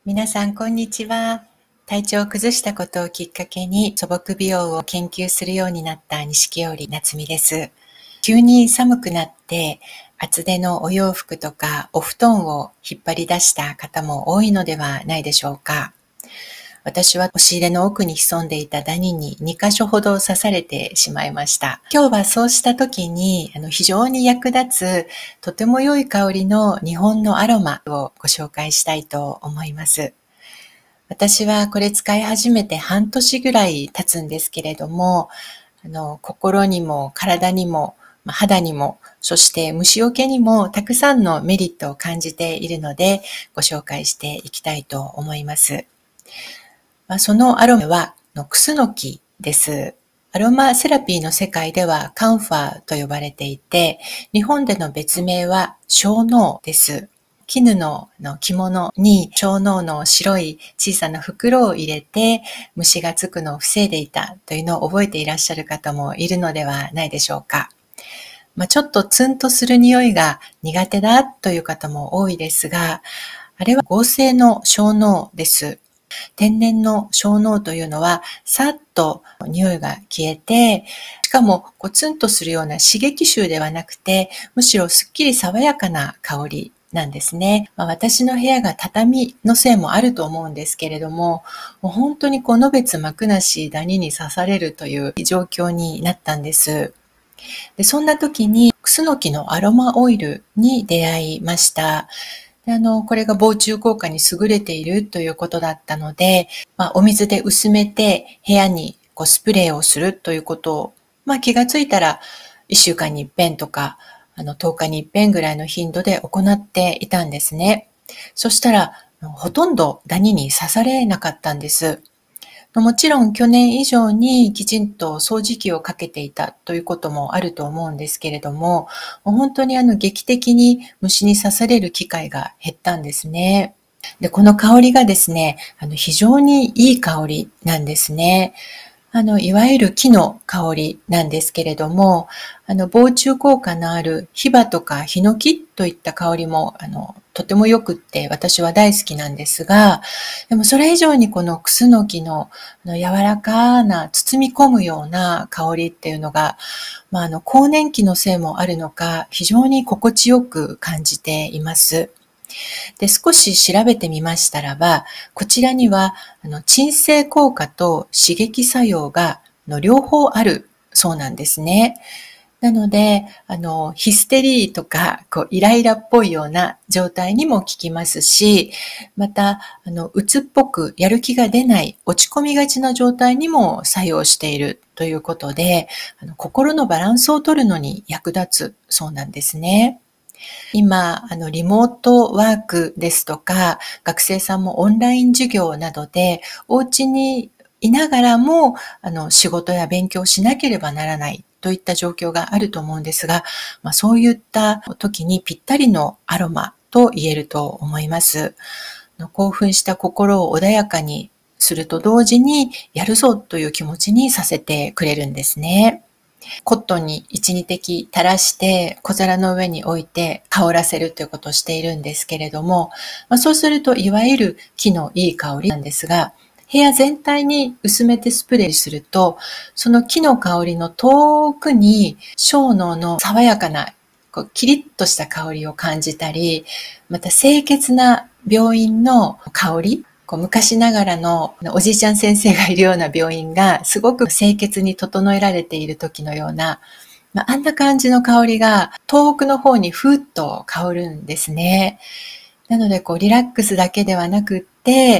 皆さん、こんにちは。体調を崩したことをきっかけに素朴美容を研究するようになった錦織夏美です。急に寒くなって厚手のお洋服とかお布団を引っ張り出した方も多いのではないでしょうか。私は押し入れの奥に潜んでいたダニに2箇所ほど刺されてしまいました。今日はそうした時に非常に役立つとても良い香りの日本のアロマをご紹介したいと思います。私はこれ使い始めて半年ぐらい経つんですけれども、心にも体にも肌にも、そして虫除けにもたくさんのメリットを感じているので、ご紹介していきたいと思います。そのアロマはクスノキです。アロマセラピーの世界ではカンファーと呼ばれていて、日本での別名は小脳です。絹の着物に小脳の白い小さな袋を入れて虫がつくのを防いでいたというのを覚えていらっしゃる方もいるのではないでしょうか。ちょっとツンとする匂いが苦手だという方も多いですが、あれは合成の小脳です。天然の小脳というのはさっと匂いが消えて、しかもツンとするような刺激臭ではなくて、むしろすっきり爽やかな香りなんですね。私の部屋が畳のせいもあると思うんですけれども、もう本当にのべつ幕なしダニに刺されるという状況になったんです。で、そんな時にクスノキのアロマオイルに出会いました。でこれが防虫効果に優れているということだったので、お水で薄めて部屋にスプレーをするということを、気がついたら1週間に一遍とか、10日に一遍ぐらいの頻度で行っていたんですね。そしたら、ほとんどダニに刺されなかったんです。もちろん去年以上にきちんと掃除機をかけていたということもあると思うんですけれども、本当に劇的に虫に刺される機会が減ったんですね。で、この香りがですね、非常にいい香りなんですね。いわゆる木の香りなんですけれども、防虫効果のあるヒバとかヒノキといった香りも、とても良くって私は大好きなんですが、でもそれ以上にこのクスノキの柔らかな包み込むような香りっていうのが、更年期のせいもあるのか、非常に心地よく感じています。で、少し調べてみましたらば、こちらには、鎮静効果と刺激作用が、両方あるそうなんですね。なので、ヒステリーとか、イライラっぽいような状態にも効きますし、また、鬱っぽくやる気が出ない、落ち込みがちな状態にも作用しているということで、心のバランスを取るのに役立つそうなんですね。今、リモートワークですとか、学生さんもオンライン授業などで、お家にいながらも、仕事や勉強しなければならないといった状況があると思うんですが、そういった時にぴったりのアロマと言えると思います。興奮した心を穏やかにすると同時に、やるぞという気持ちにさせてくれるんですね。コットンに1、2滴垂らして小皿の上に置いて香らせるということをしているんですけれども、そうするといわゆる木のいい香りなんですが、部屋全体に薄めてスプレーすると、その木の香りの遠くに小脳の爽やかなキリッとした香りを感じたり、また清潔な病院の香り、昔ながらのおじいちゃん先生がいるような病院がすごく清潔に整えられている時のような、あんな感じの香りが遠くの方にふーっと香るんですね。なのでリラックスだけではなくって、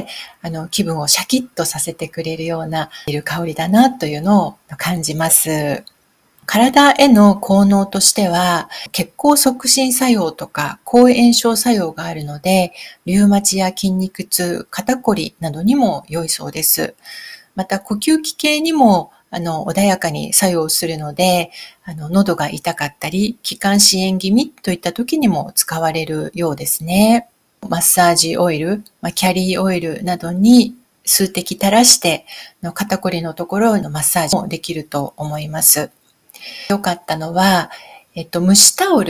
気分をシャキッとさせてくれるようないる香りだなというのを感じます。体への効能としては、血行促進作用とか抗炎症作用があるので、リウマチや筋肉痛、肩こりなどにも良いそうです。また、呼吸器系にも穏やかに作用するので、喉が痛かったり、気管支炎気味といった時にも使われるようですね。マッサージオイル、キャリーオイルなどに数滴垂らして、肩こりのところのマッサージもできると思います。良かったのは、蒸しタオル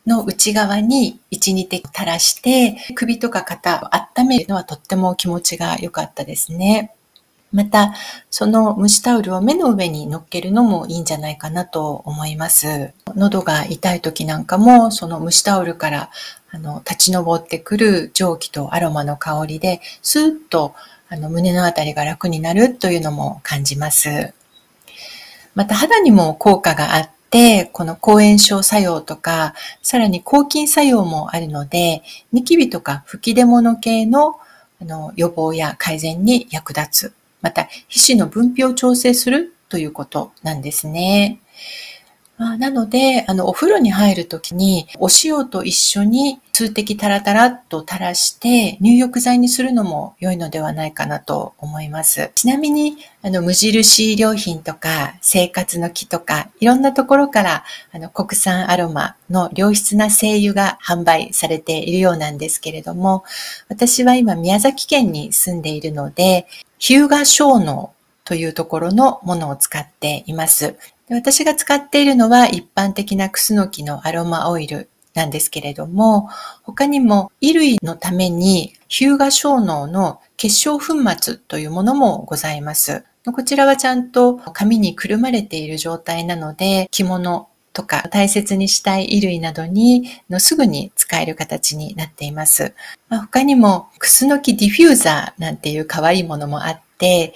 の内側に1、2滴垂らして、首とか肩を温めるのはとっても気持ちが良かったですね。また、その蒸しタオルを目の上に乗っけるのもいいんじゃないかなと思います。喉が痛い時なんかも、その蒸しタオルから立ち上ってくる蒸気とアロマの香りで、スーッと胸のあたりが楽になるというのも感じます。また肌にも効果があって、この抗炎症作用とか、さらに抗菌作用もあるので、ニキビとか吹き出物系の予防や改善に役立つ。また、皮脂の分泌を調整するということなんですね。なので、お風呂に入るときに、お塩と一緒に数滴タラタラっと垂らして入浴剤にするのも良いのではないかなと思います。ちなみに、無印良品とか生活の木とか、いろんなところから、国産アロマの良質な精油が販売されているようなんですけれども、私は今宮崎県に住んでいるので、日向小農というところのものを使っています。で、私が使っているのは一般的なクスノキのアロマオイルなんですけれども、他にも衣類のために日向小農の結晶粉末というものもございます。こちらはちゃんと紙にくるまれている状態なので、着物とか大切にしたい衣類などにすぐに使える形になっています。他にもクスノキディフューザーなんていう可愛いものもあって、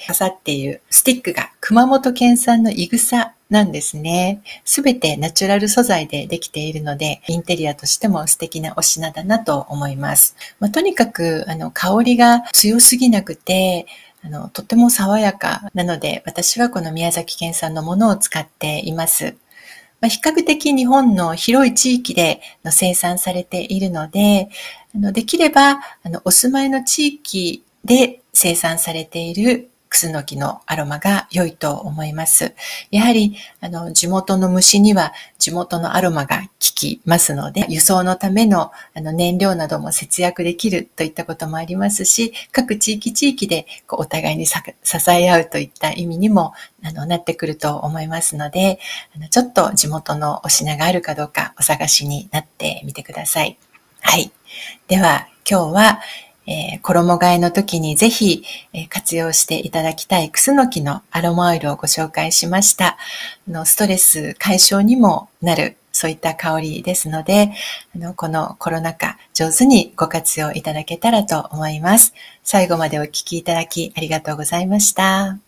刺さっているスティックが熊本県産のイグサなんですね。すべてナチュラル素材でできているので、インテリアとしても素敵なお品だなと思います。とにかく香りが強すぎなくて、とても爽やかなので、私はこの宮崎県産のものを使っています。比較的日本の広い地域で生産されているので、できればお住まいの地域で生産されているクスノキのアロマが良いと思います。やはり地元の虫には地元のアロマが効きますので、輸送のための燃料なども節約できるといったこともありますし、各地域地域でお互いに支え合うといった意味にもなってくると思いますので、ちょっと地元のお品があるかどうかお探しになってみてください。はい。では今日は衣替えの時にぜひ活用していただきたいクスノキのアロマオイルをご紹介しました。ストレス解消にもなる、そういった香りですので、このコロナ禍上手にご活用いただけたらと思います。最後までお聞きいただきありがとうございました。